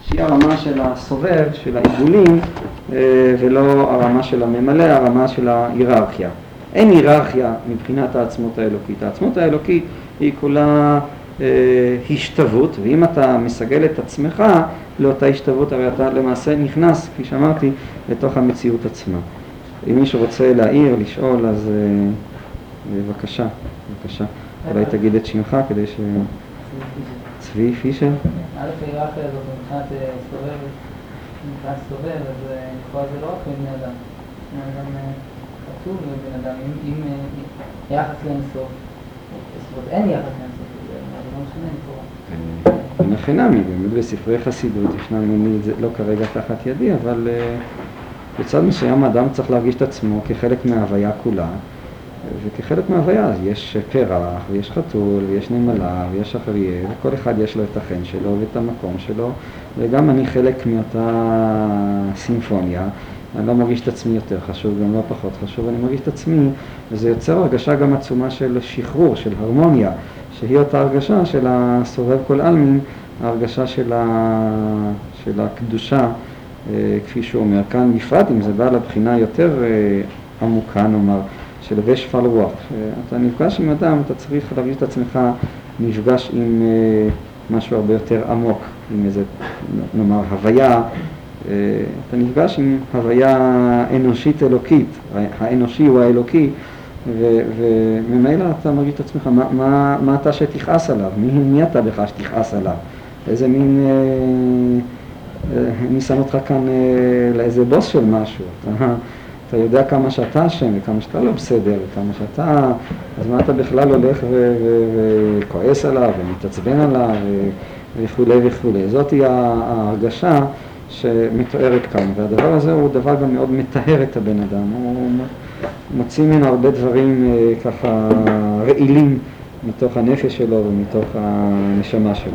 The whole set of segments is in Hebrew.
שהיא הרמה של הסובב, של העיגולים, ולא הרמה של הממלא, הרמה של ההיררכיה. אין היררכיה מבחינת העצמות האלוקית. העצמות האלוקית היא כולה השתוות, ואם אתה מסגל את עצמך לאותה השתוות, הרי אתה למעשה נכנס, כפי שאמרתי, לתוך המציאות עצמה. אם מישהו רוצה להעיר, לשאול, אז בבקשה, בבקשה. אולי תגיד את שמך כדי ש... צבי פישר? ההיררכיה הזאת מבחינת סובב, אז כבר זה לא רק בן אדם. בן אדם חצוב ובן אדם, אם יחס לאינסוף, אין יחס לאינסוף, זה לא משנה לקרוא. נחינמי, באמת בספרי חסידות, ישנם לא כרגע תחת ידי, אבל בצד מסוים האדם צריך להרגיש את עצמו כחלק מההוויה כולה, וכחלק מההוויה יש פרח, ויש חתול, ויש נמלה, ויש אריה, וכל אחד יש לו את החן שלו ואת המקום שלו, וגם אני חלק מאותה סימפוניה. אני לא מרגיש את עצמי יותר חשוב, גם לא פחות חשוב, אני מרגיש את עצמי, וזה יוצר הרגשה גם עצומה של שחרור, של הרמוניה, שהיא אותה הרגשה של הסובב כל עלמין, ההרגשה של הקדושה, כפי שהוא אומר כאן, בפרט אם זה בא לבחינה יותר עמוקה, נאמר, של הווה שפל רוח. אתה נפגש עם אדם, אתה צריך להרגיש את עצמך נפגש עם משהו הרבה יותר עמוק, עם איזה, נאמר, הוויה, אתה נפגש עם הוויה אנושית אלוקית, האנושי הוא האלוקי, וממילא אתה מרגיש את עצמך, מה אתה שתכעס עליו? מי אתה בכלל שתכעס עליו? איזה מין, מי שם אותך כאן לאיזה בוס של משהו? אתה יודע כמה שאתה אשם וכמה שאתה לא בסדר וכמה שאתה, אז מה אתה בכלל הולך וכועס עליו ומתעצבן עליו וכו' וכו'. זאת היא ההרגשה שמתוארת כאן, והדבר הזה הוא דבר גם מאוד מטהר את הבן אדם, הוא מוציא ממנו הרבה דברים ככה רעילים מתוך הנפש שלו ומתוך הנשמה שלו.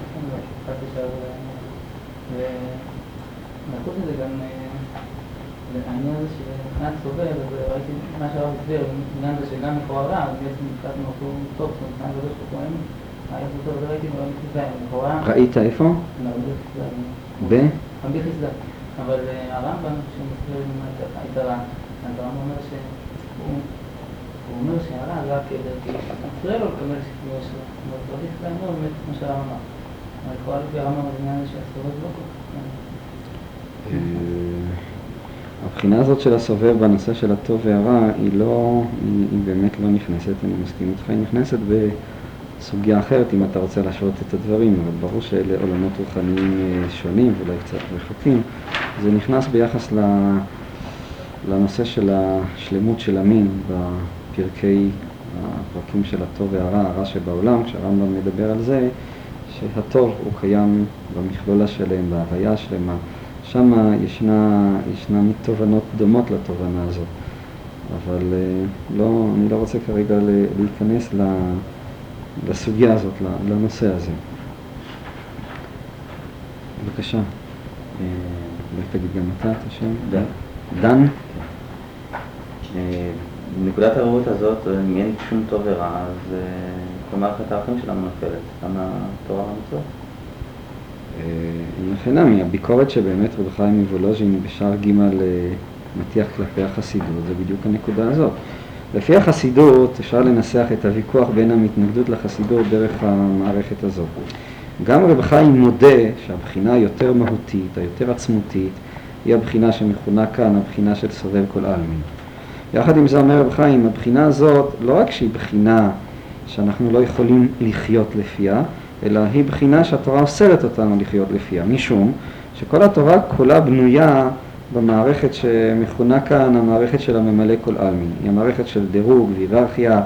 וחוץ מזה גם העניין הזה שמבחינת סובב, אז ראיתי מה שהרב הסביר, העניין הזה שגם לכאורה, אז בעצם מבחינת מקום טוב, מבחינת גדול שפועם, היה זה טוב, זה ראיתי מאוד חסדה, לכאורה... ראית איפה? ב? רבי חסדה, אבל הרמב"ם שמסביר את הרע, אז הרמב"ם אומר שהוא אומר שהרע רק כדי מפריע לו לקבל שכיבו שלו, אבל רבי חסדה אומר באמת מה שהרמב"ם אמר, אבל לכאורה לפי הרמב"ם זה עניין שהסובב לא כל כך. הבחינה הזאת של הסובב בנושא של הטוב והרע היא באמת לא נכנסת, אני מסכים איתך, היא נכנסת בסוגיה אחרת אם אתה רוצה להשוות את הדברים, אבל ברור שאלה עולמות רוחניים שונים ואולי קצת רחוקים. זה נכנס ביחס לנושא של השלמות של המין בפרקים של הטוב והרע, הרע שבעולם, כשהרמב"ם מדבר על זה שהטוב הוא קיים במכלול השלם, בהוויה השלמה, שם ישנה תובנות דומות לתובנה הזאת, אבל אני לא רוצה כרגע להיכנס לסוגיה הזאת, לנושא הזה. בבקשה, אולי תגיד גם אתה את השם. דן? בנקודת הראות הזאת, אם אין שום טוב ורע, אז כלומר את הערכים שלנו נופלת, למה תורה והמצוות? נכנמי, הביקורת שבאמת רב חיים מוולוז'ין בשער ג' מטיח כלפי החסידות, זה בדיוק הנקודה הזאת. לפי החסידות אפשר לנסח את הוויכוח בין המתנגדות לחסידות דרך המערכת הזאת. גם רב חיים מודה שהבחינה היותר מהותית, היותר עצמותית, היא הבחינה שמכונה כאן, הבחינה של סובב כל עלמין. יחד עם זה אומר רב חיים, הבחינה הזאת לא רק שהיא בחינה שאנחנו לא יכולים לחיות לפיה, אלא היא בחינה שהתורה אוסרת אותנו לחיות לפיה, משום שכל התורה כולה בנויה במערכת שמכונה כאן המערכת של הממלא כל עלמין. היא המערכת של דירוג והיררכיה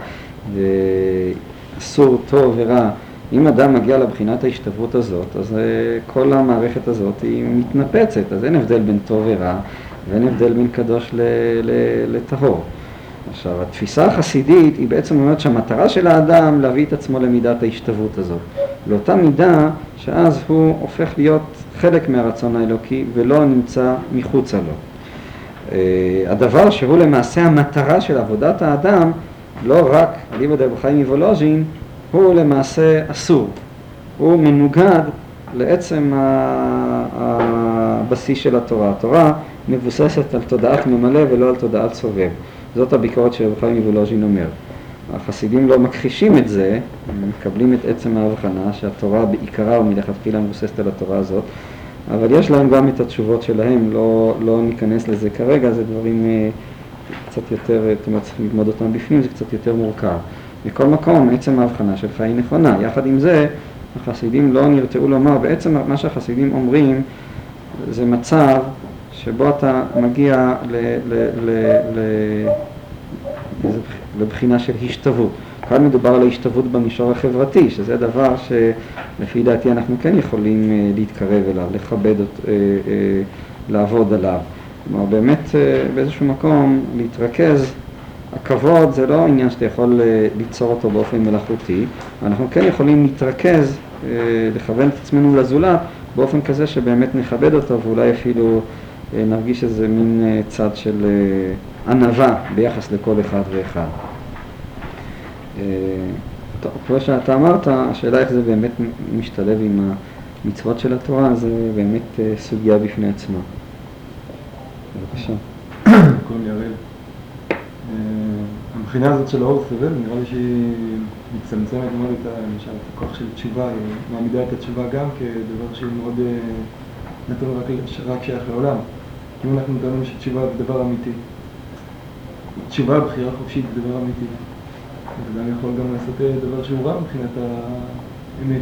ואסור טוב ורע. אם אדם מגיע לבחינת ההשתוות הזאת, אז כל המערכת הזאת היא מתנפצת, אז אין הבדל בין טוב ורע ואין הבדל בין קדוש לטהור. עכשיו, התפיסה החסידית היא בעצם אומרת שהמטרה של האדם להביא את עצמו למידת ההשתוות הזאת. לאותה מידה שאז הוא הופך להיות חלק מהרצון האלוקי ולא נמצא מחוצה לו. הדבר שהוא למעשה המטרה של עבודת האדם, לא רק אליבא דרב חיים מוולוז'ין, הוא למעשה אסור. הוא מנוגד לעצם הבסיס של התורה. התורה מבוססת על תודעת ממלא ולא על תודעת סובב. זאת הביקורת שרב חיים מוולוז'ין אומר. החסידים לא מכחישים את זה, הם מקבלים את עצם ההבחנה שהתורה בעיקרה ומלכתחילה מבוססת על התורה הזאת, אבל יש להם גם את התשובות שלהם, לא ניכנס לזה כרגע, זה דברים קצת יותר, אתם צריכים ללמוד אותם בפנים, זה קצת יותר מורכב. מכל מקום, עצם ההבחנה שלך היא נכונה. יחד עם זה, החסידים לא נרתעו לומר, בעצם מה שהחסידים אומרים, זה מצב שבו אתה מגיע לבחינה של השתוות. כאן מדובר על ההשתוות במישור החברתי, שזה דבר שלפי דעתי אנחנו כן יכולים להתקרב אליו, לכבד, לעבוד עליו. כלומר, באמת באיזשהו מקום להתרכז, הכבוד זה לא עניין שאתה יכול ליצור אותו באופן מלאכותי, אנחנו כן יכולים להתרכז, לכוון את עצמנו לזולת, באופן כזה שבאמת נכבד אותו, ואולי אפילו נרגיש איזה מין צד של ענווה ביחס לכל אחד ואחד. כמו שאתה אמרת, השאלה איך זה באמת משתלב עם המצוות של התורה, זה באמת סוגיה בפני עצמה. בבקשה. קוראים לי הראל. הבחינה הזאת של האור סובל, נראה לי שהיא מצמצמת מאוד את הכוח של תשובה, היא מעמידה את התשובה גם כדבר שהוא מאוד נתון רק שייך לעולם. כי אם אנחנו מדברים שתשובה זה דבר אמיתי. תשובה, בחירה חופשית זה דבר אמיתי. אדם יכול גם לעשות דבר שהוא רע מבחינת האמת.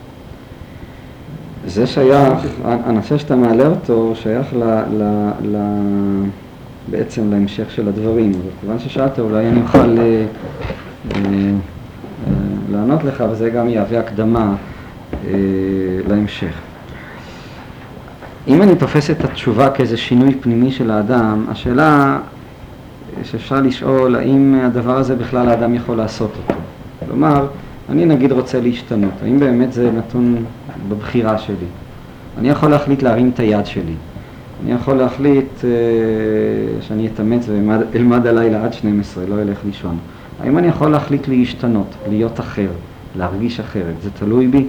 זה שייך, הנושא שאתה מעלה אותו שייך בעצם להמשך של הדברים, אבל כיוון ששאלת אולי אני אוכל לענות לך, וזה גם יהווה הקדמה להמשך. אם אני תופס את התשובה כאיזה שינוי פנימי של האדם, השאלה שאפשר לשאול האם הדבר הזה בכלל האדם יכול לעשות אותו. כלומר, אני נגיד רוצה להשתנות, האם באמת זה נתון בבחירה שלי? אני יכול להחליט להרים את היד שלי. אני יכול להחליט שאני אתאמץ ואלמד הלילה עד 12, לא אלך לישון. האם אני יכול להחליט להשתנות, להיות אחר, להרגיש אחרת? זה תלוי בי.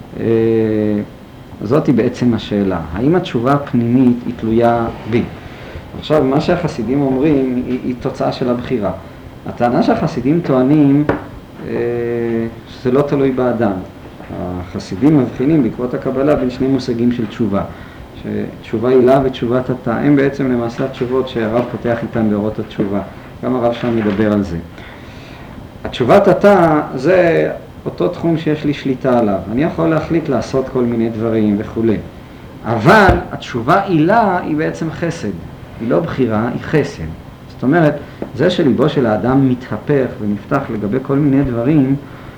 זאת היא בעצם השאלה. האם התשובה הפנימית היא תלויה בי? עכשיו, מה שהחסידים אומרים היא תוצאה של הבחירה. הטענה שהחסידים טוענים שזה לא תלוי באדם. החסידים מבחינים בעקבות הקבלה בין שני מושגים של תשובה. שתשובה הילה ותשובה תתה, הם בעצם למעשה התשובות שהרב פותח איתן באורות התשובה. גם הרב שם מדבר על זה. התשובה תתה זה אותו תחום שיש לי שליטה עליו. אני יכול להחליט לעשות כל מיני דברים וכו'. אבל התשובה הילה היא בעצם חסד. היא לא בחירה, היא חסד. זאת אומרת, זה שליבו של האדם מתהפך ונפתח לגבי כל מיני דברים,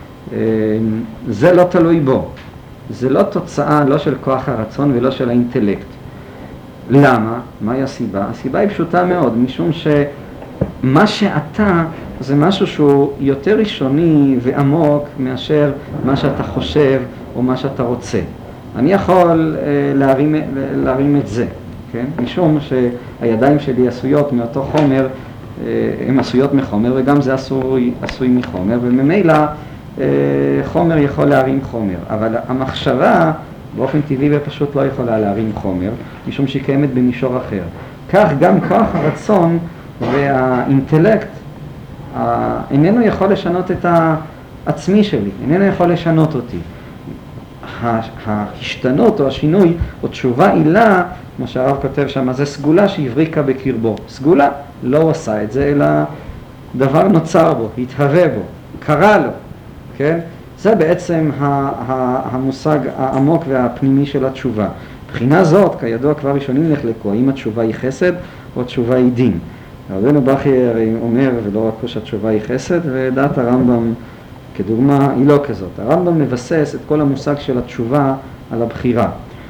זה לא תלוי בו. זה לא תוצאה לא של כוח הרצון ולא של האינטלקט. למה? מהי הסיבה? הסיבה היא פשוטה מאוד, משום שמה שאתה זה משהו שהוא יותר ראשוני ועמוק מאשר מה שאתה חושב או מה שאתה רוצה. אני יכול להרים את זה, כן? משום שהידיים שלי עשויות מאותו חומר, הן עשויות מחומר וגם זה עשוי מחומר, וממילא חומר יכול להרים חומר, אבל המחשבה באופן טבעי ופשוט לא יכולה להרים חומר, משום שהיא קיימת במישור אחר. כך גם כוח הרצון והאינטלקט איננו יכול לשנות את העצמי שלי, איננו יכול לשנות אותי. ההשתנות או השינוי או תשובה הילה, כמו שהרב כותב שם, זה סגולה שהבריקה בקרבו. סגולה לא עושה את זה, אלא דבר נוצר בו, התהווה בו, קרה לו. כן? זה בעצם המושג העמוק והפנימי של התשובה. מבחינה זאת, כידוע כבר ראשונים נחלקו, האם התשובה היא חסד או התשובה היא דין. רבנו בכי הרי אומר, ולא רק שהתשובה היא חסד, ודעת הרמב"ם כדוגמה היא לא כזאת. הרמב"ם מבסס את כל המושג של התשובה על הבחירה.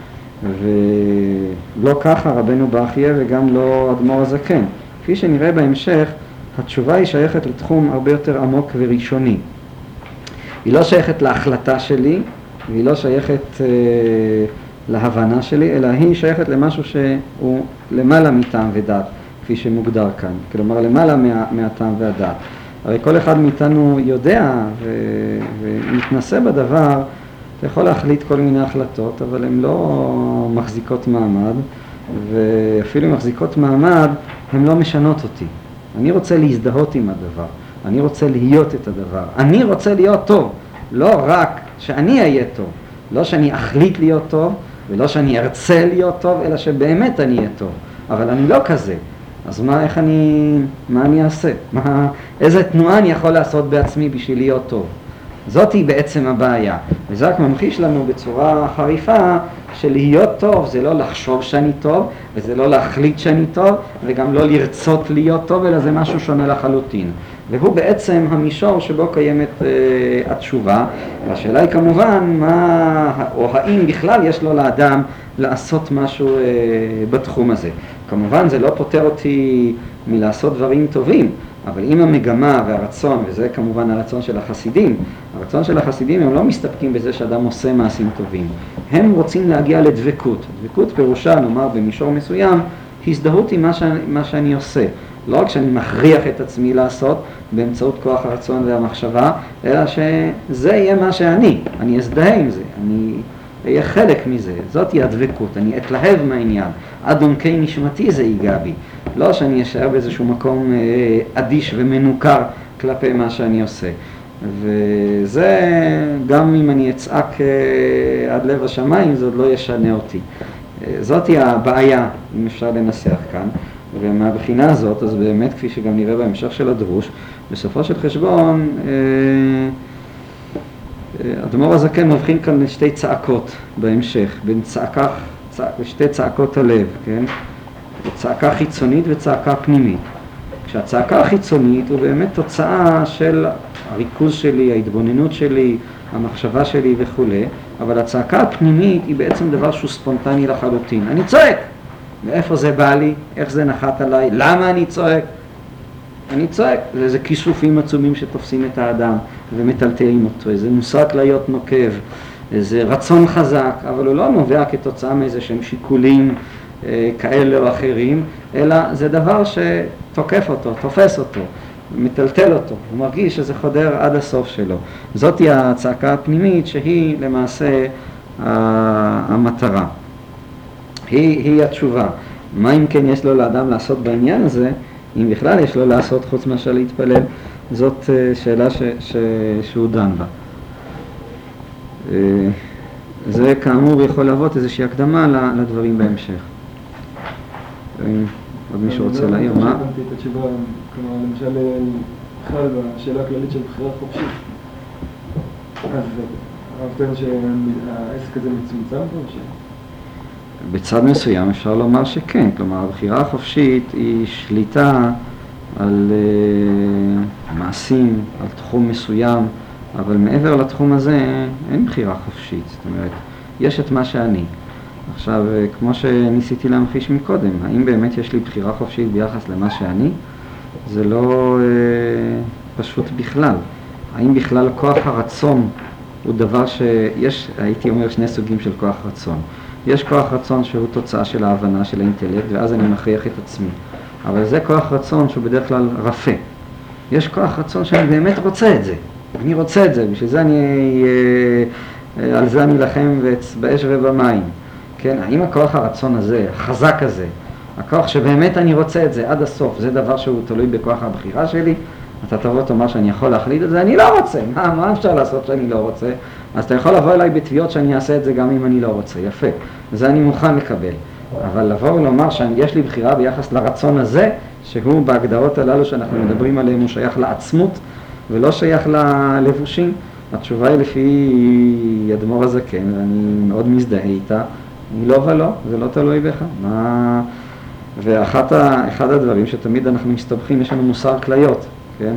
ולא ככה רבנו בכי וגם לא אדמו"ר הזקן. כפי שנראה בהמשך, התשובה היא שייכת לתחום הרבה יותר עמוק וראשוני. היא לא שייכת להחלטה שלי, והיא לא שייכת להבנה שלי, אלא היא שייכת למשהו שהוא למעלה מטעם ודעת, כפי שמוגדר כאן. כלומר, למעלה מהטעם והדעת. הרי כל אחד מאיתנו יודע ומתנסה בדבר אתה יכול להחליט כל מיני החלטות, אבל הן לא מחזיקות מעמד, ואפילו אם מחזיקות מעמד, הן לא משנות אותי. אני רוצה להזדהות עם הדבר, אני רוצה להיות את הדבר, אני רוצה להיות טוב, לא רק שאני אהיה טוב, לא שאני אחליט להיות טוב, ולא שאני ארצה להיות טוב, אלא שבאמת אני אהיה טוב, אבל אני לא כזה. אז מה אני אעשה? איזה תנועה אני יכול לעשות בעצמי בשביל להיות טוב? זאת היא בעצם הבעיה, וזה רק ממחיש לנו בצורה חריפה שלהיות טוב זה לא לחשוב שאני טוב, וזה לא להחליט שאני טוב, וגם לא לרצות להיות טוב, אלא זה משהו שונה לחלוטין. והוא בעצם המישור שבו קיימת התשובה, והשאלה היא כמובן או האם בכלל יש לו לאדם לעשות משהו בתחום הזה. כמובן זה לא פותר אותי מלעשות דברים טובים, אבל אם המגמה והרצון, וזה כמובן הרצון של החסידים, הרצון של החסידים הם לא מסתפקים בזה שאדם עושה מעשים טובים. הם רוצים להגיע לדבקות. דבקות פירושה, נאמר במישור מסוים, הזדהות עם מה שאני עושה. לא רק שאני מכריח את עצמי לעשות באמצעות כוח הרצון והמחשבה, אלא שזה יהיה מה אני אזדהה עם זה, אני אהיה חלק מזה, זאת היא הדבקות, אני אתלהב מהעניין, עד עומקי נשמתי זה ייגע בי, לא שאני אשאר באיזשהו מקום אדיש ומנוכר כלפי מה שאני עושה. וזה גם אם אני אצעק עד לב השמיים, זה עוד לא ישנה אותי. זאת היא הבעיה, אם אפשר לנסח כאן. ומהבחינה הזאת, אז באמת, כפי שגם נראה בהמשך של הדרוש, בסופו של חשבון, אדמו"ר הזקן מבחין כאן שתי צעקות בהמשך, בין שתי צעקות הלב, כן? צעקה חיצונית וצעקה פנימית. כשהצעקה החיצונית הוא באמת תוצאה של הריכוז שלי, ההתבוננות שלי, המחשבה שלי וכו', אבל הצעקה הפנימית היא בעצם דבר שהוא ספונטני לחלוטין. אני צועק! מאיפה זה בא לי? איך זה נחת עליי? למה אני צועק? אני צועק. זה כיסופים עצומים שתופסים את האדם ומטלטלים אותו. איזה מושג להיות נוקב, איזה רצון חזק, אבל הוא לא נובע כתוצאה מאיזה שהם שיקולים כאלה או אחרים, אלא זה דבר שתוקף אותו, תופס אותו, מטלטל אותו. הוא מרגיש שזה חודר עד הסוף שלו. זאת היא הצעקה הפנימית שהיא למעשה המטרה. היא התשובה. מה אם כן יש לו לאדם לעשות בעניין הזה, אם בכלל יש לו לעשות חוץ מאשר להתפלל, זאת שאלה שהוא דן בה. זה כאמור יכול להוות איזושהי הקדמה לדברים בהמשך. עוד מישהו רוצה להעיר? מה? הבנתי את התשובה, כלומר למשל בכלל בשאלה הכללית של בחירה חופשית. אז הרב טוען שהעסק הזה מצומצם פה? בצד מסוים אפשר לומר שכן, כלומר הבחירה החופשית היא שליטה על מעשים, על תחום מסוים, אבל מעבר לתחום הזה אין בחירה חופשית, זאת אומרת, יש את מה שאני. עכשיו, כמו שניסיתי להמחיש מקודם, האם באמת יש לי בחירה חופשית ביחס למה שאני? זה לא פשוט בכלל. האם בכלל כוח הרצון הוא דבר שיש, הייתי אומר, שני סוגים של כוח רצון. יש כוח רצון שהוא תוצאה של ההבנה של האינטלקט, ואז אני מכריח את עצמי. אבל זה כוח רצון שהוא בדרך כלל רפה. יש כוח רצון שאני באמת רוצה את זה. אני רוצה את זה, בשביל זה על זה אני אלחם באש ובמים. כן, האם הכוח הרצון הזה, החזק הזה, הכוח שבאמת אני רוצה את זה עד הסוף, זה דבר שהוא תלוי בכוח הבחירה שלי? אתה תבוא תאמר שאני יכול להחליט את זה, אני לא רוצה. מה אפשר לעשות שאני לא רוצה? אז אתה יכול לבוא אליי בתביעות שאני אעשה את זה גם אם אני לא רוצה. יפה, זה אני מוכן לקבל. אבל לבוא ולומר שיש לי בחירה ביחס לרצון הזה, שהוא בהגדרות הללו שאנחנו מדברים עליהם, הוא שייך לעצמות ולא שייך ללבושים, התשובה היא לפי אדמו"ר הזקן, ואני מאוד מזדהה איתה, היא לא ולא, זה לא תלוי בך. ואחד הדברים שתמיד אנחנו מסתבכים, יש לנו מוסר כליות, כן?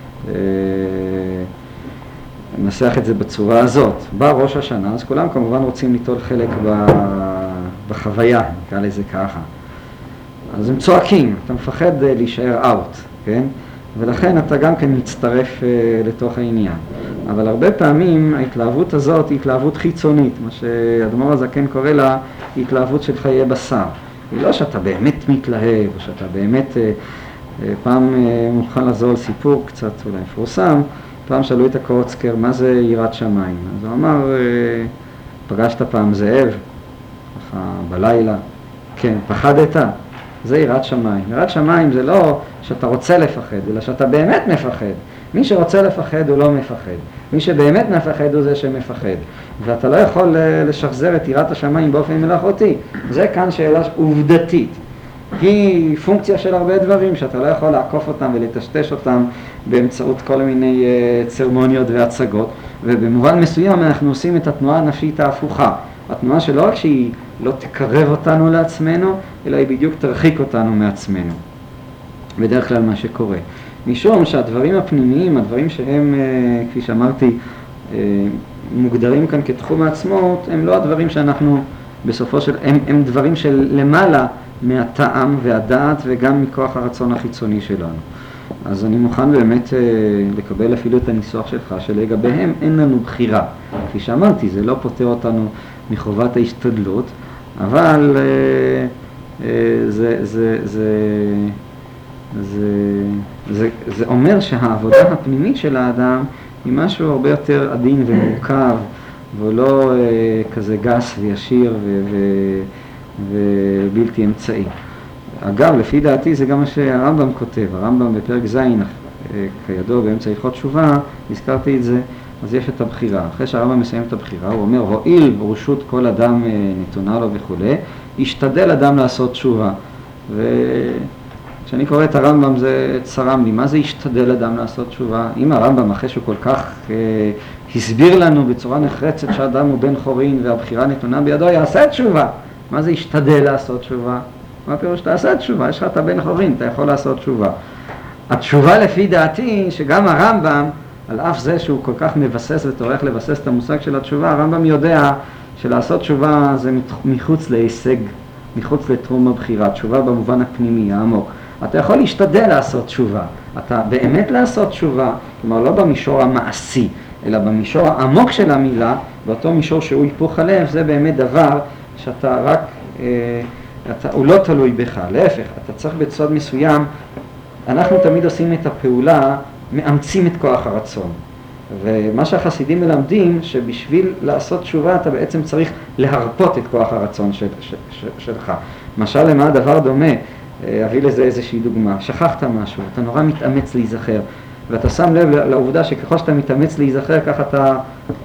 ננסח את זה בצורה הזאת. בא ראש השנה, אז כולם כמובן רוצים ליטול חלק בחוויה, נקרא לזה ככה. אז הם צועקים, אתה מפחד להישאר אאוט, כן? ולכן אתה גם כן מצטרף לתוך העניין. אבל הרבה פעמים ההתלהבות הזאת היא התלהבות חיצונית, מה שאדמו"ר הזקן קורא לה התלהבות של חיי בשר. היא לא שאתה באמת מתלהב, או שאתה באמת פעם מוכן לעזור על סיפור קצת אולי מפורסם, פעם שאלו את הקורצקר, מה זה יראת שמיים? אז הוא אמר, פגשת פעם זאב, ככה בלילה, כן, פחדת? זה יראת שמיים. יראת שמיים זה לא שאתה רוצה לפחד, אלא שאתה באמת מפחד. מי שרוצה לפחד הוא לא מפחד. מי שבאמת מפחד הוא זה שמפחד. ואתה לא יכול לשחזר את יראת השמיים באופן מלאכותי. זה כאן שאלה עובדתית. היא פונקציה של הרבה דברים שאתה לא יכול לעקוף אותם ולטשטש אותם באמצעות כל מיני צרמוניות והצגות. ובמובן מסוים אנחנו עושים את התנועה הנפשית ההפוכה. התנועה שלא רק שהיא לא תקרב אותנו לעצמנו, אלא היא בדיוק תרחיק אותנו מעצמנו. בדרך כלל מה שקורה. משום שהדברים הפנימיים, הדברים שהם, כפי שאמרתי, מוגדרים כאן כתחום העצמאות, הם לא הדברים שאנחנו בסופו של, הם דברים של למעלה מהטעם והדעת וגם מכוח הרצון החיצוני שלנו. אז אני מוכן באמת לקבל אפילו את הניסוח שלך, שלגביהם אין לנו בחירה. כפי שאמרתי, זה לא פותר אותנו מחובת ההשתדלות, אבל זה אומר שהעבודה הפנימית של האדם היא משהו הרבה יותר עדין ומורכב, ולא כזה גס וישיר ובלתי אמצעי. אגב, לפי דעתי זה גם מה שהרמב"ם כותב. הרמב"ם בפרק ז', כידוע באמצע הלכות תשובה, הזכרתי את זה, אז יש את הבחירה. אחרי שהרמב"ם מסיים את הבחירה, הוא אומר, הואיל רשות כל אדם נתונה לו וכו', ישתדל אדם לעשות תשובה. וכשאני קורא את הרמב"ם זה צרם לי, מה זה ישתדל אדם לעשות תשובה? אם הרמב"ם אחרי שהוא כל כך הסביר לנו בצורה נחרצת שאדם הוא בן חורין והבחירה נתונה בידו, יעשה תשובה. מה זה ישתדל לעשות תשובה? מה הפירוש? תעשה תשובה, יש לך את הבן חורין, אתה יכול לעשות תשובה. התשובה לפי דעתי, שגם הרמב"ם, על אף זה שהוא כל כך מבסס וטורח לבסס את המושג של התשובה, הרמב"ם יודע שלעשות תשובה זה מחוץ להישג, מחוץ לתחום הבחירה, תשובה במובן הפנימי, העמוק. אתה יכול להשתדל לעשות תשובה, אתה באמת לעשות תשובה, כלומר לא במישור המעשי, אלא במישור העמוק של המילה, באותו מישור שהוא היפוך הלב, זה באמת דבר שאתה רק, הוא לא תלוי בך, להפך, אתה צריך בצד מסוים, אנחנו תמיד עושים את הפעולה, מאמצים את כוח הרצון. ומה שהחסידים מלמדים, שבשביל לעשות תשובה אתה בעצם צריך להרפות את כוח הרצון שלך. משל למה הדבר דומה, אביא לזה איזושהי דוגמה, שכחת משהו, אתה נורא מתאמץ להיזכר, ואתה שם לב לעובדה שככל שאתה מתאמץ להיזכר, ככה אתה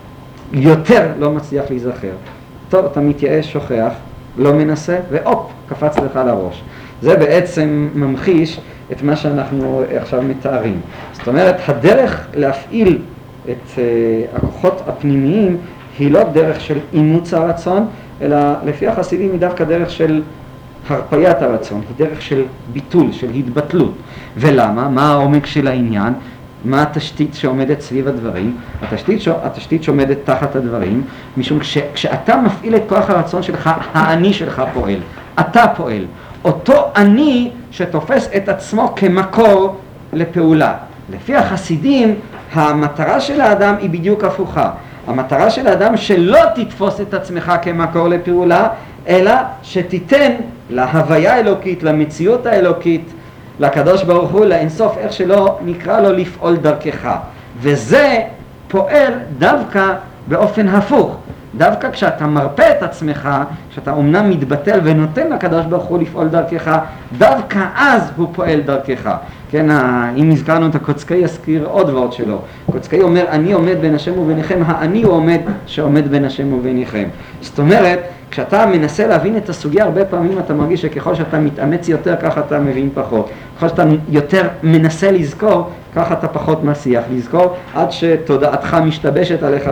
יותר לא מצליח להיזכר. טוב, אתה מתייאש, שוכח, לא מנסה, ואופ, קפץ לך לראש. זה בעצם ממחיש את מה שאנחנו עכשיו מתארים. זאת אומרת, הדרך להפעיל את הכוחות הפנימיים היא לא דרך של אימוץ הרצון, אלא לפי החסידים היא דווקא דרך של הרפיית הרצון, היא דרך של ביטול, של התבטלות. ולמה? מה העומק של העניין? מה התשתית שעומדת סביב הדברים? התשתית שעומדת תחת הדברים, משום כשאתה מפעיל את כוח הרצון שלך, האני שלך פועל. אתה פועל. אותו אני שתופס את עצמו כמקור לפעולה. לפי החסידים, המטרה של האדם היא בדיוק הפוכה. המטרה של האדם שלא תתפוס את עצמך כמקור לפעולה, אלא שתיתן להוויה האלוקית, למציאות האלוקית, לקדוש ברוך הוא, לאינסוף, איך שלא נקרא לו, לפעול דרכך. וזה פועל דווקא באופן הפוך. דווקא כשאתה מרפא את עצמך, כשאתה אומנם מתבטל ונותן לקדוש ברוך הוא לפעול דרכך, דווקא אז הוא פועל דרכך. כן, אם הזכרנו את הקוצקי, יזכיר עוד ועוד שלו. קוצקי אומר, אני עומד בין השם וביניכם, האני הוא עומד שעומד בין השם וביניכם. זאת אומרת, כשאתה מנסה להבין את הסוגיה, הרבה פעמים אתה מרגיש שככל שאתה מתאמץ יותר, ככה אתה מבין פחות. ככל שאתה יותר מנסה לזכור, ככה אתה פחות מצליח לזכור, עד שתודעתך משתבשת עליך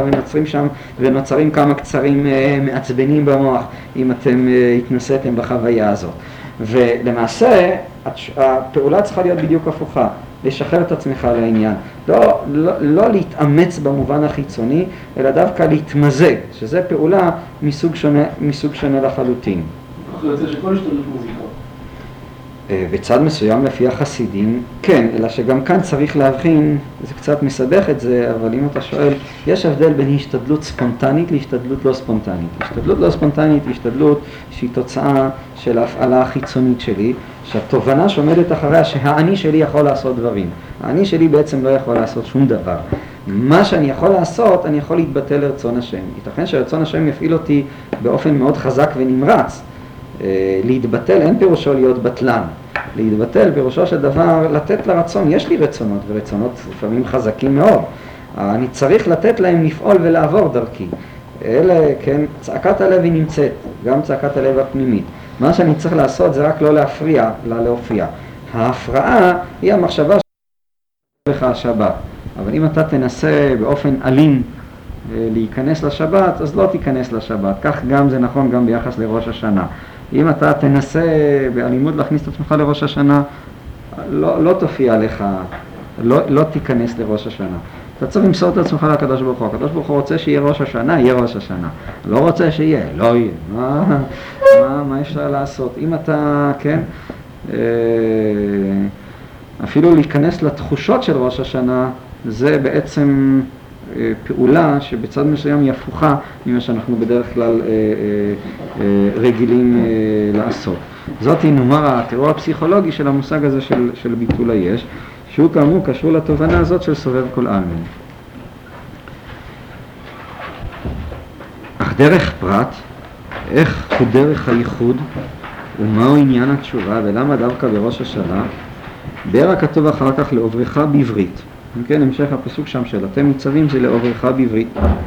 ונוצרים כמה קצרים מעצבנים במוח, אם אתם התנסיתם בחוויה הזאת. ולמעשה, הפעולה צריכה להיות בדיוק הפוכה, לשחרר את עצמך לעניין. לא להתאמץ במובן החיצוני, אלא דווקא להתמזג, שזה פעולה מסוג שונה לחלוטין. כך יוצא שכל השתדלות מזיקה. בצד מסוים לפי החסידים, כן, אלא שגם כאן צריך להבחין, זה קצת מסבך את זה, אבל אם אתה שואל, יש הבדל בין השתדלות ספונטנית להשתדלות לא ספונטנית. השתדלות לא ספונטנית היא השתדלות שהיא תוצאה של ההפעלה החיצונית שלי, שהתובנה שעומדת אחריה שהאני שלי יכול לעשות דברים. האני שלי בעצם לא יכול לעשות שום דבר. מה שאני יכול לעשות, אני יכול להתבטא לרצון השם. ייתכן שרצון השם יפעיל אותי באופן מאוד חזק ונמרץ. להתבטל אין פירושו להיות בטלן. להתבטל פירושו של דבר לתת לרצון, יש לי רצונות ורצונות לפעמים חזקים מאוד. אני צריך לתת להם לפעול ולעבור דרכי. אלה, כן, צעקת הלב היא נמצאת, גם צעקת הלב הפנימית. מה שאני צריך לעשות זה רק לא להפריע, לא להופיע. ההפרעה היא המחשבה שלך השבת. אבל אם אתה תנסה באופן אלים להיכנס לשבת, אז לא תיכנס לשבת. כך גם זה נכון גם ביחס לראש השנה. אם אתה תנסה באלימות להכניס את עצמך לראש השנה, לא תופיע לך, לא תיכנס לראש השנה. אתה צריך למסור את עצמך לקדוש ברוך הוא. הקדוש ברוך הוא רוצה שיהיה ראש השנה, יהיה ראש השנה. לא רוצה שיהיה, לא יהיה. מה אפשר לעשות? אם אתה, כן, אפילו להיכנס לתחושות של ראש השנה, זה בעצם פעולה שבצד מסוים היא הפוכה ממה שאנחנו בדרך כלל רגילים לעשות. זאת היא נאמר התיאור הפסיכולוגי של המושג הזה של ביטול היש, שהוא כאמור קשור לתובנה הזאת של סובב כל עלמין. אך דרך פרט, איך הוא דרך הייחוד ומהו עניין התשובה ולמה דווקא בראש השנה, ביאר הכתוב אחר כך לעוברך בברית. כן, המשך הפסוק שם של אתם ניצבים זה לעוברך בברית.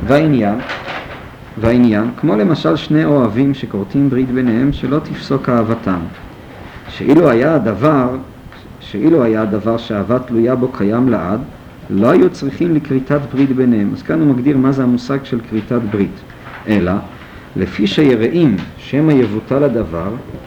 והעניין, כמו למשל שני אוהבים שכורתים ברית ביניהם שלא תפסוק אהבתם. שאילו היה הדבר שאהבה תלויה בו קיים לעד, לא היו צריכים לכריתת ברית ביניהם. אז כאן הוא מגדיר מה זה המושג של כריתת ברית. אלא, לפי שיראים שמא יבוטל הדבר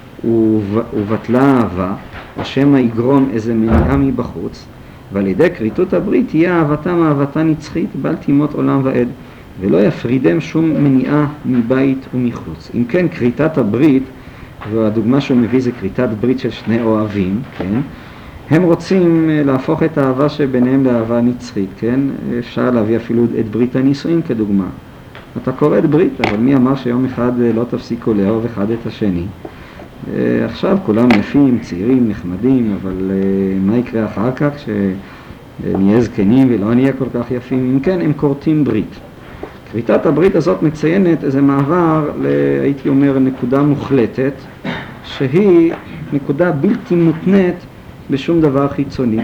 ובטלה האהבה, או שמא יגרום איזה מניעה מבחוץ, ועל ידי כריתות הברית תהיה אהבתם אהבתה נצחית בל תימות עולם ועד, ולא יפרידם שום מניעה מבית ומחוץ. אם כן, כריתת הברית, והדוגמה שהוא מביא זה כריתת ברית של שני אוהבים, כן? הם רוצים להפוך את האהבה שביניהם לאהבה נצחית, כן? אפשר להביא אפילו את ברית הנישואין כדוגמה. אתה קורא את ברית, אבל מי אמר שיום אחד לא תפסיקו לאהוב אחד את השני? עכשיו כולם יפים, צעירים, נחמדים, אבל מה יקרה אחר כך שנהיה זקנים ולא נהיה כל כך יפים? אם כן, הם כורתים ברית. כריתת הברית הזאת מציינת איזה מעבר, הייתי אומר, נקודה מוחלטת, שהיא נקודה בלתי מותנית בשום דבר חיצוני.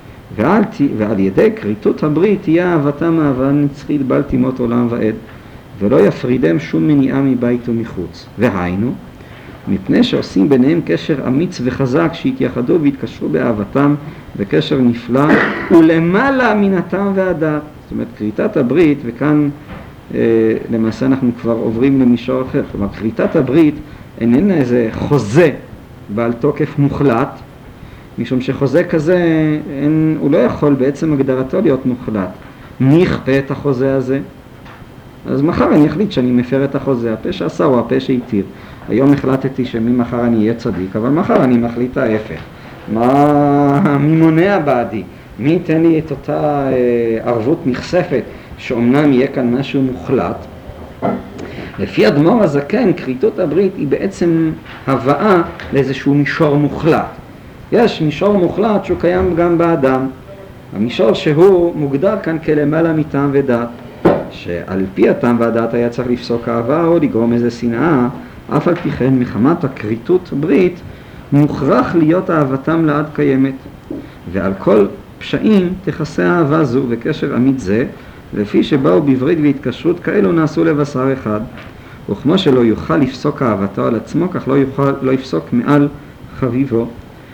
ועל ידי כריתות הברית תהיה אהבתם אהבה נצחית בל תימות עולם ועד, ולא יפרידם שום מניעה מבית ומחוץ. והיינו, מפני שעושים ביניהם קשר אמיץ וחזק שהתייחדו והתקשרו באהבתם בקשר נפלא ולמעלה מן הטעם והדעת. זאת אומרת, כריתת הברית, וכאן למעשה אנחנו כבר עוברים למישור אחר. כלומר, כריתת הברית איננה איזה חוזה בעל תוקף מוחלט, משום שחוזה כזה הוא לא יכול בעצם הגדרתו להיות מוחלט. מי יכפה את החוזה הזה? אז מחר אני אחליט שאני מפר את החוזה, הפה שעשה הוא הפה שהתיר. היום החלטתי שממחר אני אהיה צדיק, אבל מחר אני מחליט ההפך. מי מונע בעדי? מי ייתן לי את אותה ערבות נכספת שאומנם יהיה כאן משהו מוחלט? לפי אדמו"ר הזקן, כריתות הברית היא בעצם הבאה לאיזשהו מישור מוחלט. יש מישור מוחלט שהוא קיים גם באדם. המישור שהוא מוגדר כאן כלמעלה מטעם ודעת, שעל פי הטעם והדעת היה צריך לפסוק אהבה או לגרום איזה שנאה, אף על פי כן מחמת הכריתות ברית מוכרח להיות אהבתם לעד קיימת, ועל כל פשעים תכסה אהבה זו וקשר אמיץ זה, לפי שבאו בברית והתקשרות כאלו נעשו לבשר אחד. וכמו שלא יוכל לפסוק אהבתו על עצמו, כך לא יפסוק מעל חביבו.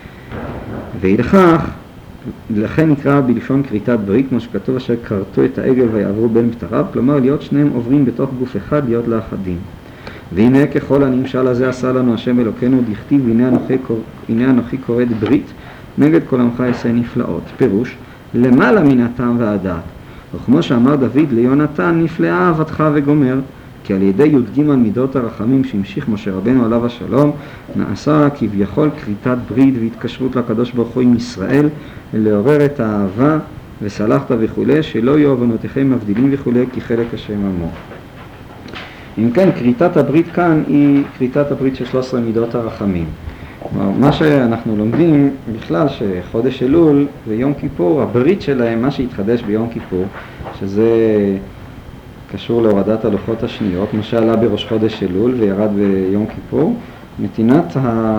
ולכך, לכן נקרא בלשון כריתת ברית, כמו שכתוב אשר כרתו את העגל ויעברו בין פטריו, כלומר להיות שניהם עוברים בתוך גוף אחד, להיות לאחדים. והנה ככל הנמשל הזה עשה לנו השם אלוקינו דכתיב, הנה אנוכי כורת ברית נגד כל עמך אעשה נפלאות. פירוש, למעלה מן הטעם והדעת. וכמו שאמר דוד ליונתן, נפלאה אהבתך וגומר, כי על ידי י"ג מידות הרחמים שהמשיך משה רבנו עליו השלום, נעשה כביכול כריתת ברית והתקשרות לקדוש ברוך הוא עם ישראל, לעורר את האהבה וסלחת וכו', שלא יהיו עוונותיכם מבדילים וכו', כי חלק השם עמו. אם כן, כריתת הברית כאן היא כריתת הברית של 13 מידות הרחמים. מה שאנחנו לומדים בכלל שחודש אלול ויום כיפור, הברית שלהם, מה שהתחדש ביום כיפור, שזה קשור להורדת הלוחות השניות, מה שעלה בראש חודש אלול וירד ביום כיפור, נתינת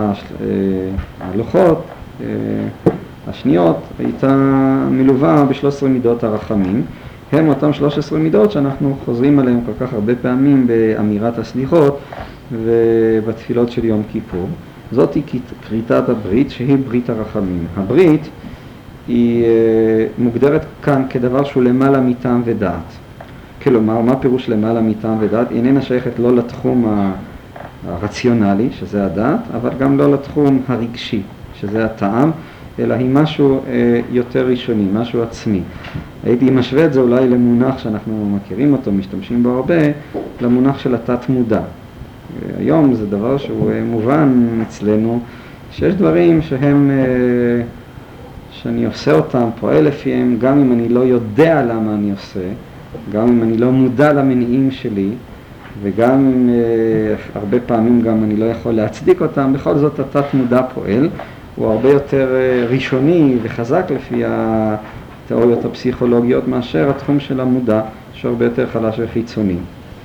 הלוחות השניות הייתה מלווה ב13 מידות הרחמים. הם אותם 13 מידות שאנחנו חוזרים עליהם כל כך הרבה פעמים באמירת הסליחות ובתפילות של יום כיפור. זאת היא כריתת הברית שהיא ברית הרחמים. הברית היא מוגדרת כאן כדבר שהוא למעלה מטעם ודעת. כלומר, מה פירוש למעלה מטעם ודעת? היא איננה שייכת לא לתחום הרציונלי, שזה הדעת, אבל גם לא לתחום הרגשי, שזה הטעם, אלא היא משהו יותר ראשוני, משהו עצמי. הייתי משווה את זה אולי למונח שאנחנו מכירים אותו, משתמשים בו הרבה, למונח של התת מודע. היום זה דבר שהוא מובן אצלנו, שיש דברים שהם, שאני עושה אותם, פועל לפיהם, גם אם אני לא יודע למה אני עושה, גם אם אני לא מודע למניעים שלי, וגם אם הרבה פעמים גם אני לא יכול להצדיק אותם, בכל זאת התת מודע פועל, הוא הרבה יותר ראשוני וחזק לפי התיאוריות הפסיכולוגיות מאשר התחום של המודע, שהוא הרבה יותר חלש וחיצוני.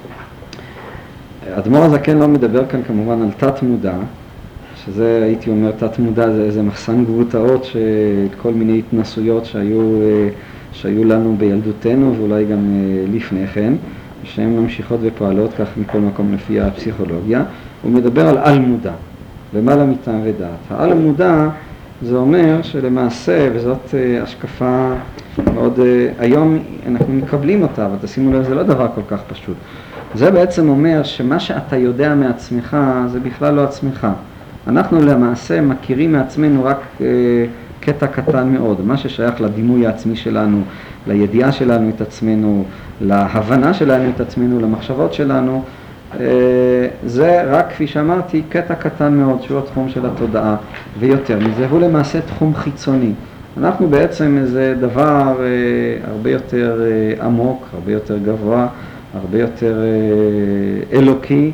אדמו"ר הזקן לא מדבר כאן כמובן על תת מודע, שזה הייתי אומר תת מודע זה איזה מחסן גבוטאות של כל מיני התנסויות שהיו לנו בילדותנו ואולי גם לפני כן, שהן ממשיכות ופועלות כך מכל מקום לפי הפסיכולוגיה. הוא מדבר על על מודע, למעלה מטעם ודעת. העל מודע זה אומר שלמעשה, וזאת השקפה מאוד, היום אנחנו מקבלים אותה, אבל תשימו לב, זה לא דבר כל כך פשוט. זה בעצם אומר שמה שאתה יודע מעצמך זה בכלל לא עצמך. אנחנו למעשה מכירים מעצמנו רק קטע קטן מאוד, מה ששייך לדימוי העצמי שלנו, לידיעה שלנו את עצמנו, להבנה שלנו את עצמנו, למחשבות שלנו, זה רק כפי שאמרתי קטע קטן מאוד שהוא התחום של התודעה, ויותר מזה הוא למעשה תחום חיצוני. אנחנו בעצם איזה דבר הרבה יותר עמוק, הרבה יותר גבוה, הרבה יותר אלוקי.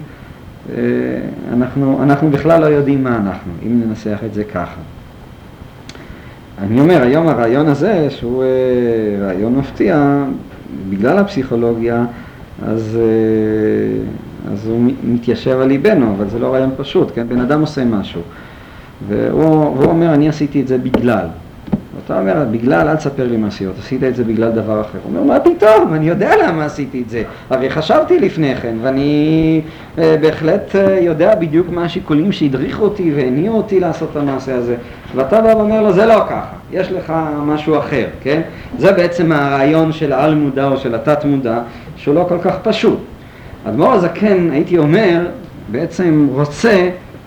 אנחנו בכלל לא יודעים מה אנחנו, אם ננסח את זה ככה. אני אומר, היום הרעיון הזה, שהוא רעיון מפתיע, בגלל הפסיכולוגיה, אז הוא מתיישב על ליבנו, אבל זה לא רעיון פשוט, כן? בן אדם עושה משהו, והוא אומר, אני עשיתי את זה בגלל. ואתה אומר, בגלל, אל תספר לי מעשיות, עשית את זה בגלל דבר אחר. הוא אומר, מה פתאום? אני יודע למה עשיתי את זה. הרי חשבתי לפני כן, ואני בהחלט יודע בדיוק מה השיקולים שהדריכו אותי והניעו אותי לעשות את המעשה הזה. ואתה בא ואומר לו, זה לא ככה, יש לך משהו אחר, כן? זה בעצם הרעיון של העל מודע או של התת מודע, שהוא לא כל כך פשוט. אדמו"ר הזקן, הייתי אומר, בעצם רוצה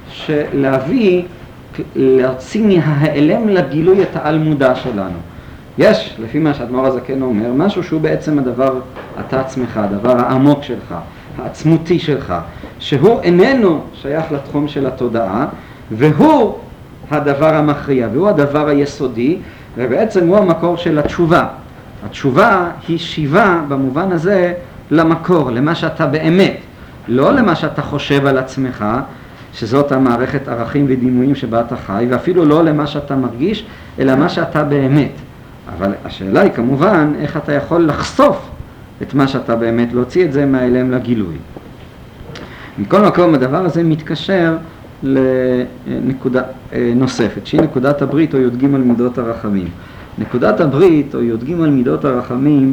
להוציא מההיעלם לגילוי את העל מודע שלנו. יש, לפי מה שאדמו"ר הזקן אומר, משהו שהוא בעצם הדבר, אתה עצמך, הדבר העמוק שלך, העצמותי שלך, שהוא איננו שייך לתחום של התודעה, והוא הדבר המכריע, והוא הדבר היסודי, ובעצם הוא המקור של התשובה. התשובה היא שיבה במובן הזה למקור, למה שאתה באמת, לא למה שאתה חושב על עצמך, שזאת המערכת ערכים ודימויים שבה אתה חי, ואפילו לא למה שאתה מרגיש, אלא מה שאתה באמת. אבל השאלה היא כמובן איך אתה יכול לחשוף את מה שאתה באמת, להוציא את זה מהאלם לגילוי. מכל מקום הדבר הזה מתקשר לנקודה נוספת, שהיא נקודת הברית או י"ג מידות הרחמים. נקודת הברית או י"ג מידות הרחמים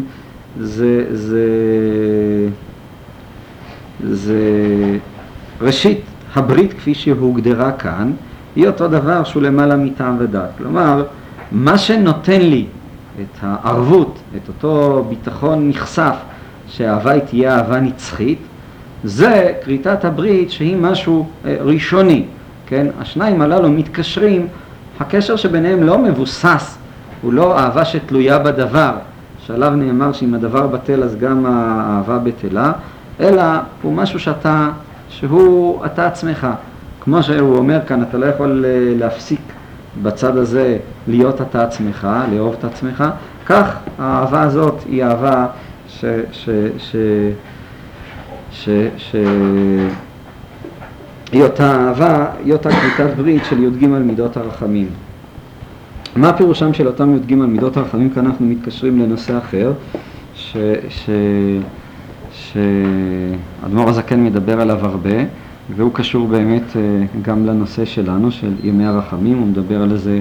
זה ראשית הברית כפי שהוגדרה כאן, היא אותו דבר שהוא למעלה מטעם ודעת. כלומר, מה שנותן לי את הערבות, את אותו ביטחון נחשף שהאהבה תהיה אהבה נצחית, זה כריתת הברית שהיא משהו ראשוני, כן? השניים הללו מתקשרים, הקשר שביניהם לא מבוסס, הוא לא אהבה שתלויה בדבר, שעליו נאמר שאם הדבר בטל אז גם האהבה בטלה, אלא הוא משהו שהוא אתה עצמך. כמו שהוא אומר כאן, אתה לא יכול להפסיק בצד הזה להיות אתה עצמך, לאהוב את עצמך, כך האהבה הזאת היא אהבה היא אותה אהבה, היא אותה קליטת ברית של י"ג מידות הרחמים. מה פירושם של אותם י"ג מידות הרחמים? כאן אנחנו מתקשרים לנושא אחר, שאדמו"ר הזקן מדבר עליו הרבה, והוא קשור באמת גם לנושא שלנו, של ימי הרחמים. הוא מדבר על זה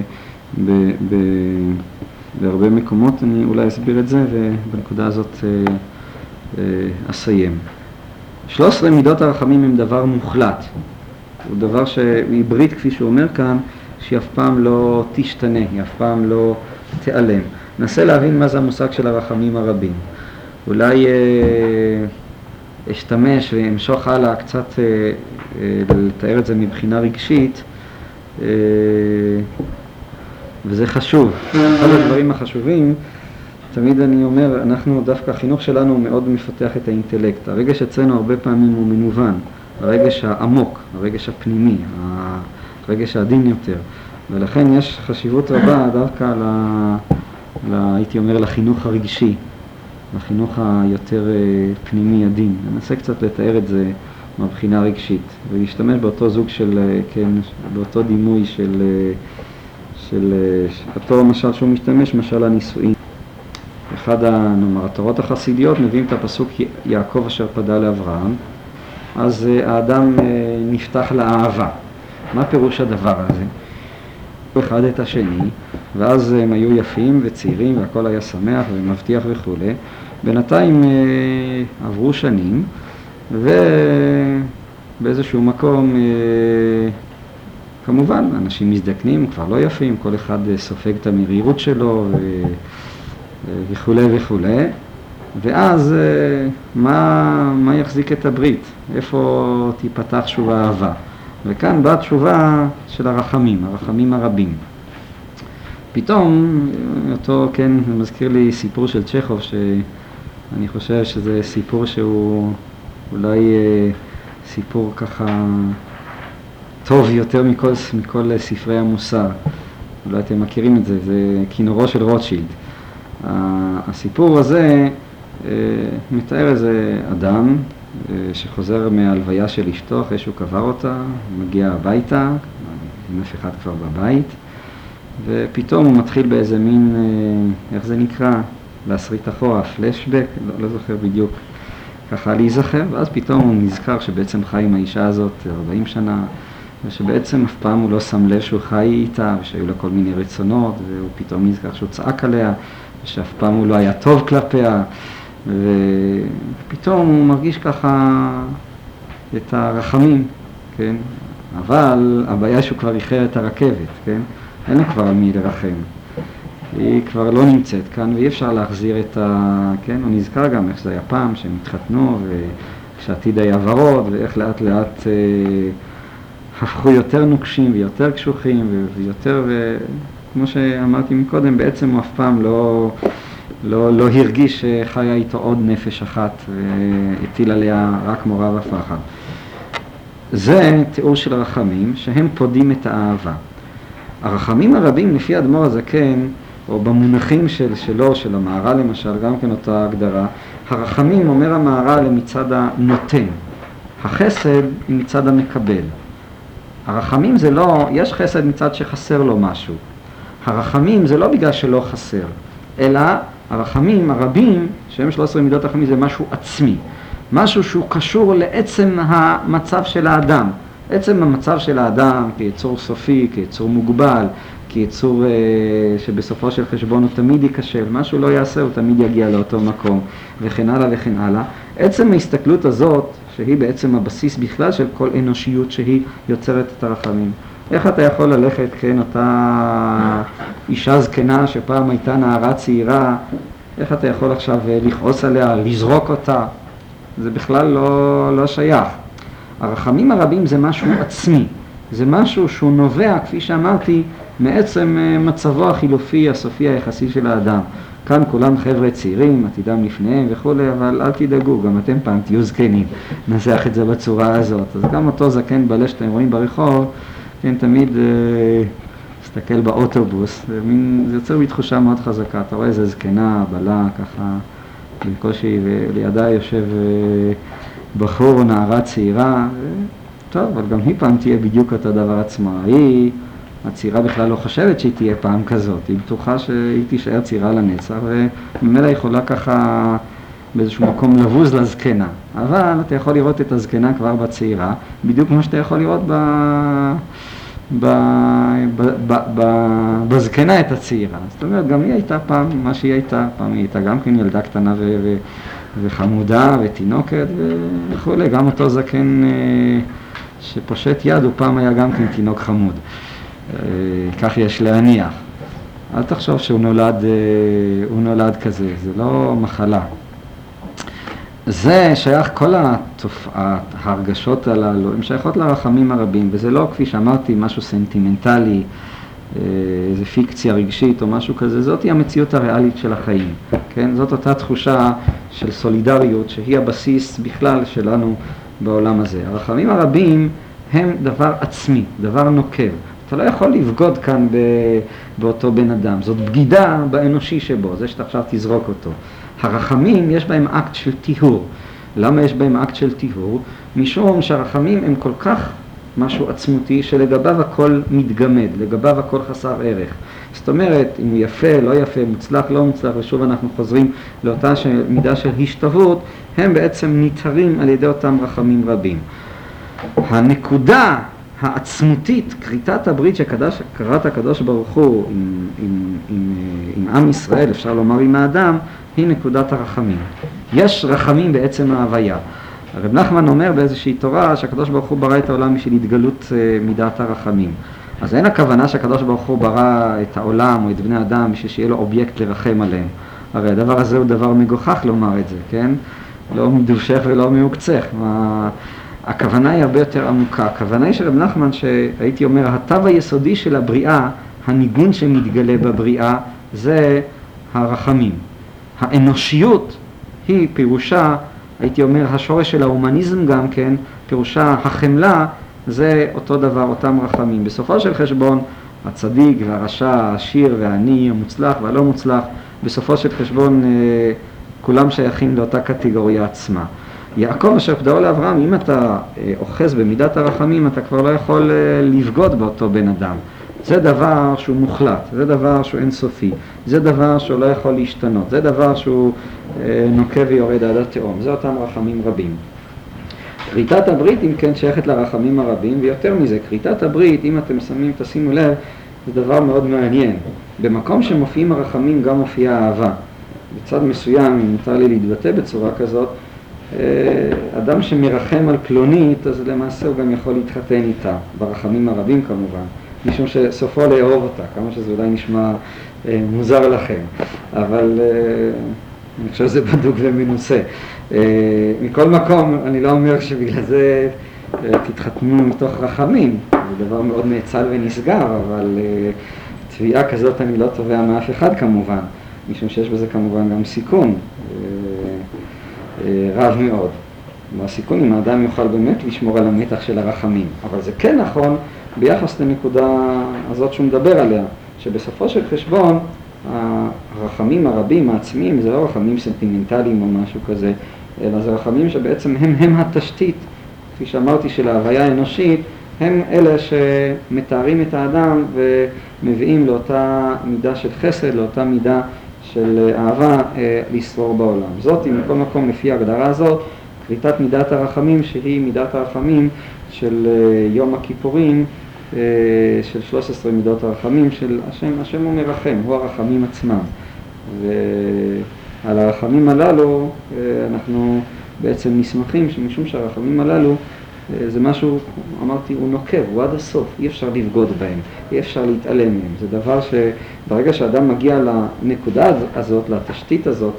בהרבה מקומות. אני אולי אסביר את זה, ובנקודה הזאת אסיים. 13 מידות הרחמים הם דבר מוחלט. הוא דבר שהיא ברית, כפי שהוא אומר כאן, שהיא אף פעם לא תשתנה, היא אף פעם לא תיעלם. ננסה להבין מה זה המושג של הרחמים הרבים. אולי אשתמש ואמשוך הלאה קצת לתאר את זה מבחינה רגשית, וזה חשוב. אחד הדברים החשובים, תמיד אני אומר, דווקא החינוך שלנו מאוד מפתח את האינטלקט. הרגש אצלנו הרבה פעמים הוא מנוון, הרגש העמוק, הרגש הפנימי, הרגש העדין יותר. ולכן יש חשיבות רבה דווקא הייתי אומר, לחינוך הרגשי, לחינוך היותר פנימי עדין. ננסה קצת לתאר את זה מבחינה רגשית, ולהשתמש באותו זוג באותו דימוי של אותו משל שהוא משתמש, משל הנישואין. אחד התורות החסידיות מביאים את הפסוק יעקב אשר פדה לאברהם, אז האדם נפתח לאהבה. מה פירוש הדבר הזה? אחד את השני, ואז הם היו יפים וצעירים והכל היה שמח ומבטיח וכו'. בינתיים עברו שנים, ובאיזשהו מקום כמובן אנשים מזדקנים, כבר לא יפים, כל אחד סופג את המרירות שלו וכו' וכו'. ואז מה יחזיק את הברית? איפה תיפתח שוב האהבה? וכאן באה תשובה של הרחמים הרבים. פתאום אותו, כן, מזכיר לי סיפור של צ'כוב, שאני חושב שזה סיפור שהוא אולי סיפור ככה טוב יותר מכל ספרי המוסר. אולי אתם מכירים את זה, זה כינורו של רוטשילד. הסיפור הזה מתאר איזה אדם שחוזר מהלוויה של אשתו אחרי שהוא קבר אותה, מגיע הביתה, עם אף אחד כבר בבית, ופתאום הוא מתחיל באיזה מין, איך זה נקרא? להסריט אחורה, פלשבק, לא זוכר בדיוק, ככה להיזכר, ואז פתאום הוא נזכר שבעצם חי עם האישה הזאת 40 שנה, ושבעצם אף פעם הוא לא שם לב שהוא חי איתה, ושהיו לה כל מיני רצונות, והוא פתאום נזכר שהוא צעק עליה, ושאף פעם הוא לא היה טוב כלפיה, ופתאום הוא מרגיש ככה את הרחמים, כן? אבל הבעיה שהוא כבר איחר את הרכבת, כן? אין לו כבר על מי לרחם. היא כבר לא נמצאת כאן, ואי אפשר להחזיר כן? הוא נזכר גם איך זה היה פעם, שהם התחתנו, ושעתיד היה ורוד, ואיך לאט לאט הפכו יותר נוקשים ויותר קשוחים, ויותר, כמו שאמרתי מקודם, בעצם הוא אף פעם לא הרגיש שחיה איתו עוד נפש אחת, והטיל עליה רק מורא ופחד. זה תיאור של רחמים, שהם פודים את האהבה. הרחמים הרבים, לפי האדמו"ר הזקן, או במונחים שלו, של המהר"ל למשל, גם כן אותה הגדרה, הרחמים, אומר המהר"ל, מצד הנותן. החסד היא מצד המקבל. הרחמים זה לא, יש חסד מצד שחסר לו משהו. הרחמים זה לא בגלל שלא חסר, אלא הרחמים הרבים, שהם 13 מידות הרחמים, זה משהו עצמי. משהו שהוא קשור לעצם המצב של האדם. עצם המצב של האדם כיצור סופי, כיצור מוגבל, כיצור שבסופו של חשבון הוא תמיד ייכשל, משהו לא יעשה, הוא תמיד יגיע לאותו מקום, וכן הלאה וכן הלאה. עצם ההסתכלות הזאת, שהיא בעצם הבסיס בכלל של כל אנושיות שהיא יוצרת את הרחמים. איך אתה יכול ללכת, כן, אותה אישה זקנה שפעם הייתה נערה צעירה, איך אתה יכול עכשיו לכעוס עליה, לזרוק אותה? זה בכלל לא שייך. הרחמים הרבים זה משהו עצמי, זה משהו שהוא נובע, כפי שאמרתי, מעצם מצבו החילופי, הסופי, היחסי של האדם. כאן כולם חבר'ה צעירים, עתידם לפניהם וכו', אבל אל תדאגו, גם אתם פעם תהיו זקנים, ננסח את זה בצורה הזאת. אז גם אותו זקן בלה שאתם רואים ברחוב, כן, תמיד מסתכל באוטובוס, זה יוצר בי תחושה מאוד חזקה. אתה רואה איזה זקנה, בלה, ככה, בקושי, ולידה יושב בחור או נערה צעירה, טוב, אבל גם היא פעם תהיה בדיוק אותו דבר עצמה. הצעירה בכלל לא חושבת שהיא תהיה פעם כזאת, היא בטוחה שהיא תישאר צעירה לנצח, וממילא יכולה ככה באיזשהו מקום לבוז לזקנה. אבל אתה יכול לראות את הזקנה כבר בצעירה, בדיוק כמו שאתה יכול לראות בזקנה את הצעירה. זאת אומרת, גם היא הייתה פעם מה שהיא הייתה, פעם היא הייתה גם כן ילדה קטנה וחמודה ותינוקת וכו', גם אותו זקן שפושט יד הוא פעם היה גם כן תינוק חמוד. כך יש להניח. אל תחשוב שהוא נולד כזה, זה לא מחלה. זה שייך, כל ההרגשות הללו, הן שייכות לרחמים הרבים, וזה לא כפי שאמרתי משהו סנטימנטלי, איזו פיקציה רגשית או משהו כזה, זאת היא המציאות הריאלית של החיים, כן? זאת אותה תחושה של סולידריות שהיא הבסיס בכלל שלנו בעולם הזה. הרחמים הרבים הם דבר עצמי, דבר נוקב. אתה לא יכול לבגוד כאן באותו בן אדם, זאת בגידה באנושי שבו, זה שאתה עכשיו תזרוק אותו. הרחמים יש בהם אקט של טיהור. למה יש בהם אקט של טיהור? משום שהרחמים הם כל כך משהו עצמותי שלגביו הכל מתגמד, לגביו הכל חסר ערך. זאת אומרת, אם הוא יפה, לא יפה, מוצלח, לא מוצלח, ושוב אנחנו חוזרים לאותה מידה של השתוות, הם בעצם ניתרים על ידי אותם רחמים רבים. הנקודה העצמותית, כריתת הברית שקראת הקדוש ברוך הוא עם עם ישראל, אפשר לומר עם האדם, היא נקודת הרחמים. יש רחמים בעצם ההוויה. הרב נחמן אומר באיזושהי תורה שהקדוש ברוך הוא ברא את העולם בשביל התגלות מידת הרחמים. אז אין הכוונה שהקדוש ברוך הוא ברא את העולם או את בני אדם בשביל שיהיה לו אובייקט לרחם עליהם. הרי הדבר הזה הוא דבר מגוחך לומר את זה, כן? לא מדושך ולא מעוקצך. הכוונה היא הרבה יותר עמוקה. הכוונה היא של רב נחמן שהייתי אומר, התו היסודי של הבריאה, הניגון שמתגלה בבריאה, זה הרחמים. האנושיות היא פירושה, הייתי אומר, השורש של ההומניזם גם כן, פירושה החמלה, זה אותו דבר, אותם רחמים. בסופו של חשבון, הצדיק והרשע, העשיר והעני, המוצלח והלא מוצלח, בסופו של חשבון כולם שייכים לאותה קטגוריה עצמה. יעקב אשר פדאו לאברהם, אם אתה אוחז במידת הרחמים, אתה כבר לא יכול לבגוד באותו בן אדם. זה דבר שהוא מוחלט, זה דבר שהוא אינסופי, זה דבר שהוא לא יכול להשתנות, זה דבר שהוא נוקה ויורד עד התהום, זה אותם רחמים רבים. כריתת הברית אם כן שייכת לרחמים הרבים, ויותר מזה, כריתת הברית, אם אתם תשימו לב, זה דבר מאוד מעניין. במקום שמופיעים הרחמים גם מופיעה האהבה. בצד מסוים, אם מותר לי להתבטא בצורה כזאת, אדם שמרחם על פלונית, אז למעשה הוא גם יכול להתחתן איתה, ברחמים הרבים כמובן, משום שסופו לאהוב אותה, כמה שזה אולי נשמע מוזר לכם, אבל אני חושב שזה בדוק ומנוסה. מכל מקום, אני לא אומר שבגלל זה תתחתנו מתוך רחמים, זה דבר מאוד נאצל ונסגר, אבל תביעה כזאת אני לא תובע מאף אחד כמובן, משום שיש בזה כמובן גם סיכון רב מאוד. והסיכון אם האדם יוכל באמת לשמור על המתח של הרחמים. אבל זה כן נכון ביחס לנקודה הזאת שהוא מדבר עליה, שבסופו של חשבון הרחמים הרבים, העצמיים, זה לא רחמים סנטימנטליים או משהו כזה, אלא זה רחמים שבעצם הם התשתית, כפי שאמרתי, של ההוויה האנושית, הם אלה שמתארים את האדם ומביאים לאותה מידה של חסד, לאותה מידה של אהבה לשרור בעולם. זאת, אם מכל מקום לפי ההגדרה הזאת, כריתת מידת הרחמים, שהיא מידת הרחמים של יום הכיפורים, של 13 מידות הרחמים של השם. השם הוא מרחם, הוא הרחמים עצמם. ועל הרחמים הללו אנחנו בעצם נסמכים, שמשום שהרחמים הללו זה משהו, אמרתי, הוא נוקב, הוא עד הסוף, אי אפשר לבגוד בהם, אי אפשר להתעלם מהם. זה דבר שברגע שאדם מגיע לנקודה הזאת, לתשתית הזאת,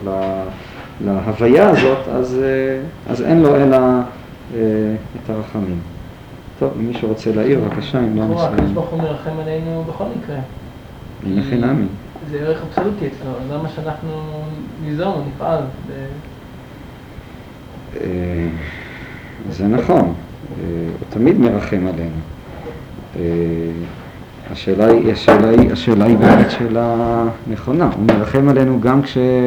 להוויה הזאת, אז אין לו אלא את הרחמים. טוב, אם מישהו רוצה להעיר, בבקשה, אם לא הקדוש נסיים. ברוך הוא מרחם עלינו בכל מקרה. הנה חינמי. זה ערך אבסולוטי אצלו, למה שאנחנו ניזום, נפעל. זה נכון, הוא תמיד מרחם עלינו. השאלה היא באמת שאלה נכונה. הוא מרחם עלינו גם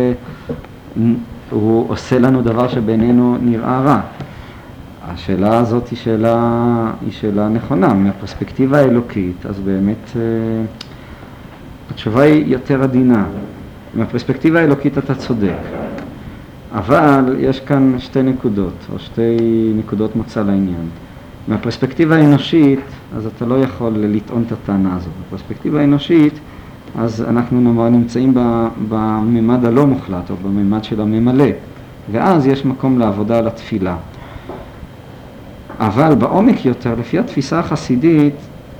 כשהוא עושה לנו דבר שבינינו נראה רע. השאלה הזאת היא שאלה נכונה. מהפרספקטיבה האלוקית, אז באמת התשובה היא יותר עדינה. מהפרספקטיבה האלוקית אתה צודק. אבל יש כאן שתי נקודות, או שתי נקודות מוצא לעניין. מהפרספקטיבה האנושית, אז אתה לא יכול לטעון את הטענה הזאת. בפרספקטיבה האנושית, אז אנחנו נמצאים בממד הלא מוחלט, או בממד של הממלא. ואז יש מקום לעבודה על התפילה. אבל בעומק יותר, לפי התפיסה החסידית,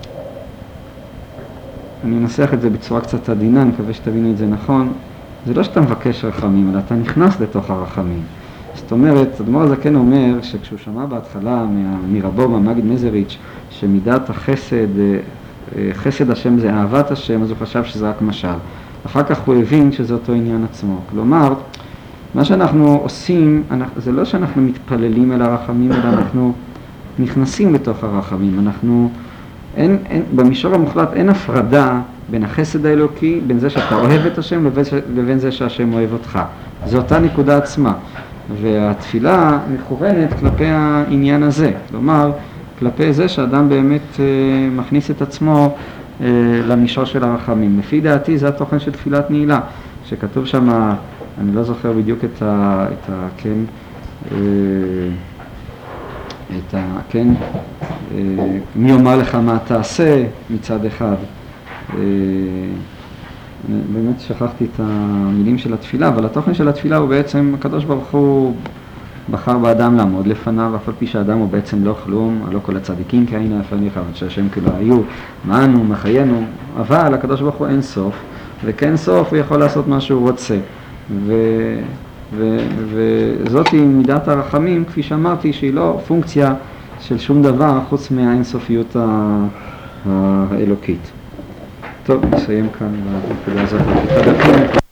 אני אנסח את זה בצורה קצת עדינה, אני מקווה שתבינו את זה נכון, זה לא שאתה מבקש רחמים, אלא אתה נכנס לתוך הרחמים. זאת אומרת, אדמו"ר הזקן אומר שכשהוא שמע בהתחלה מרבו, מהמגיד מזריץ', שמידת החסד, חסד השם זה אהבת השם, אז הוא חשב שזה רק משל. אחר כך הוא הבין שזה אותו עניין עצמו. כלומר, מה שאנחנו עושים, זה לא שאנחנו מתפללים אל הרחמים, אלא אנחנו נכנסים לתוך הרחמים. במישור המוחלט אין הפרדה בין החסד האלוקי, בין זה שאתה אוהב את השם לבין זה שהשם אוהב אותך. זו אותה נקודה עצמה. והתפילה מכוונת כלפי העניין הזה. כלומר, כלפי זה שאדם באמת מכניס את עצמו למישור של הרחמים. לפי דעתי זה התוכן של תפילת נעילה, שכתוב שם, אני לא זוכר בדיוק מי אומר לך מה תעשה מצד אחד. באמת שכחתי את המילים של התפילה, אבל התוכן של התפילה הוא בעצם, הקדוש ברוך הוא בחר באדם לעמוד לפניו, אף על פי שהאדם הוא בעצם לא כלום, לא כל הצדיקים כהנה לפניך, שהשם כאילו היו, מה אנו, מה חיינו, אבל הקדוש ברוך הוא אין סוף, וכן סוף הוא יכול לעשות מה שהוא רוצה. וזאת היא מידת הרחמים, כפי שאמרתי, שהיא לא פונקציה של שום דבר חוץ מהאינסופיות האלוקית. טוב, נסיים כאן בנקודה הזאת.